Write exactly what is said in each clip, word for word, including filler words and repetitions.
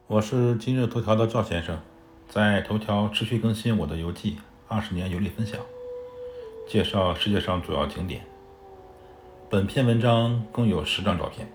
我是今日头条的赵先生，在头条持续更新我的游记，二十年游历分享，介绍世界上主要景点。本篇文章共有十张照片。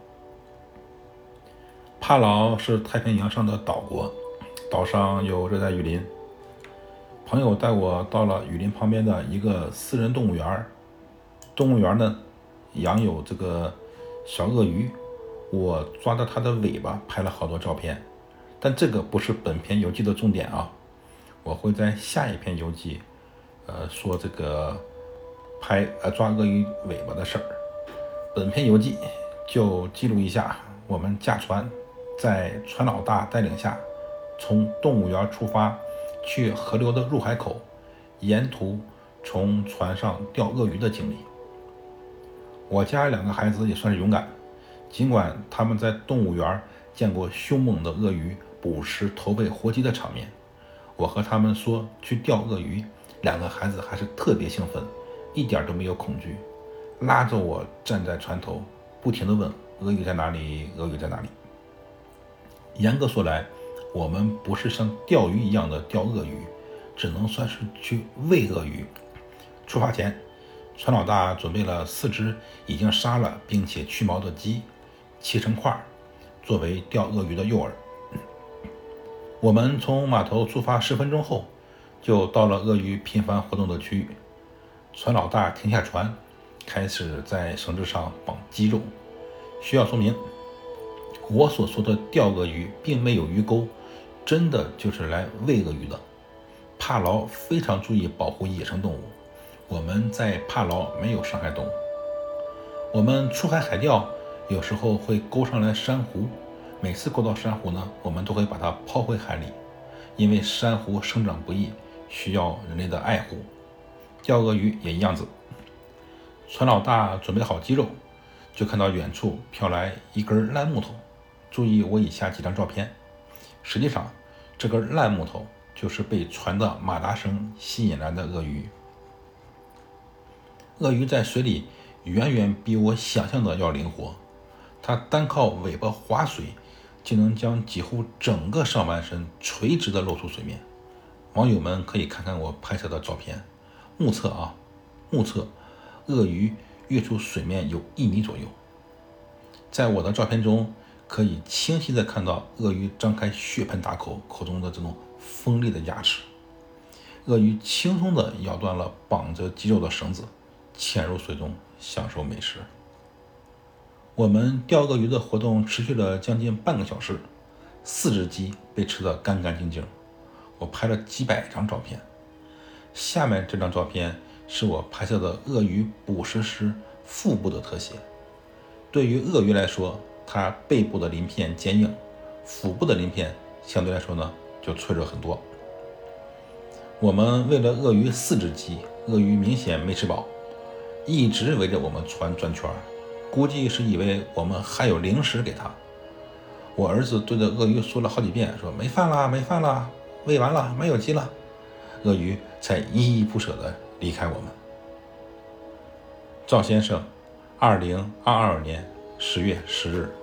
帕劳是太平洋上的岛国，岛上有热带雨林。朋友带我到了雨林旁边的一个私人动物园，动物园呢养有这个小鳄鱼，我抓着它的尾巴拍了好多照片。但这个不是本篇游记的重点啊，我会在下一篇游记，呃，说这个拍呃抓鳄鱼尾巴的事儿。本篇游记就记录一下我们驾船，在船老大带领下，从动物园出发，去河流的入海口，沿途从船上钓鳄鱼的经历。我家两个孩子也算是勇敢，尽管他们在动物园见过凶猛的鳄鱼捕食头被活鸡的场面，我和他们说去钓鳄鱼，两个孩子还是特别兴奋，一点都没有恐惧，拉着我站在船头，不停地问鳄鱼在哪里，鳄鱼在哪里。严格说来，我们不是像钓鱼一样的钓鳄鱼，只能算是去喂鳄鱼。出发前，船老大准备了四只已经杀了并且去毛的鸡，切成块，作为钓鳄鱼的诱饵。我们从码头出发十分钟后，就到了鳄鱼频繁活动的区域。船老大停下船，开始在绳子上绑鸡肉。需要说明，我所说的钓鳄鱼并没有鱼钩，真的就是来喂鳄鱼的。帕劳非常注意保护野生动物，我们在帕劳没有伤害动物。我们出海海钓，有时候会勾上来珊瑚，每次勾到珊瑚呢，我们都会把它抛回海里，因为珊瑚生长不易，需要人类的爱护。钓鳄鱼也一样子。船老大准备好鸡肉，就看到远处飘来一根烂木头。注意我以下几张照片，实际上这根烂木头就是被船的马达声吸引来的鳄鱼。鳄鱼在水里远远比我想象的要灵活，它单靠尾巴划水，就能将几乎整个上半身垂直的露出水面。网友们可以看看我拍摄的照片，目测啊，目测鳄鱼跃出水面有一米左右。在我的照片中，可以清晰地看到鳄鱼张开血盆大口，口中的这种锋利的牙齿。鳄鱼轻松地咬断了绑着鸡肉的绳子，潜入水中享受美食。我们钓鳄鱼的活动持续了将近半个小时，四只鸡被吃得干干净净。我拍了几百张照片。下面这张照片是我拍摄的鳄鱼捕食时腹部的特写。对于鳄鱼来说，它背部的鳞片坚硬，腹部的鳞片相对来说呢就脆弱很多。我们喂了鳄鱼四只鸡，鳄鱼明显没吃饱，一直围着我们船转圈，估计是以为我们还有零食给它。我儿子对着鳄鱼说了好几遍，说没饭了，没饭了，喂完了，没有鸡了。鳄鱼才依依不舍地离开我们。赵先生，二零二二年十月十日。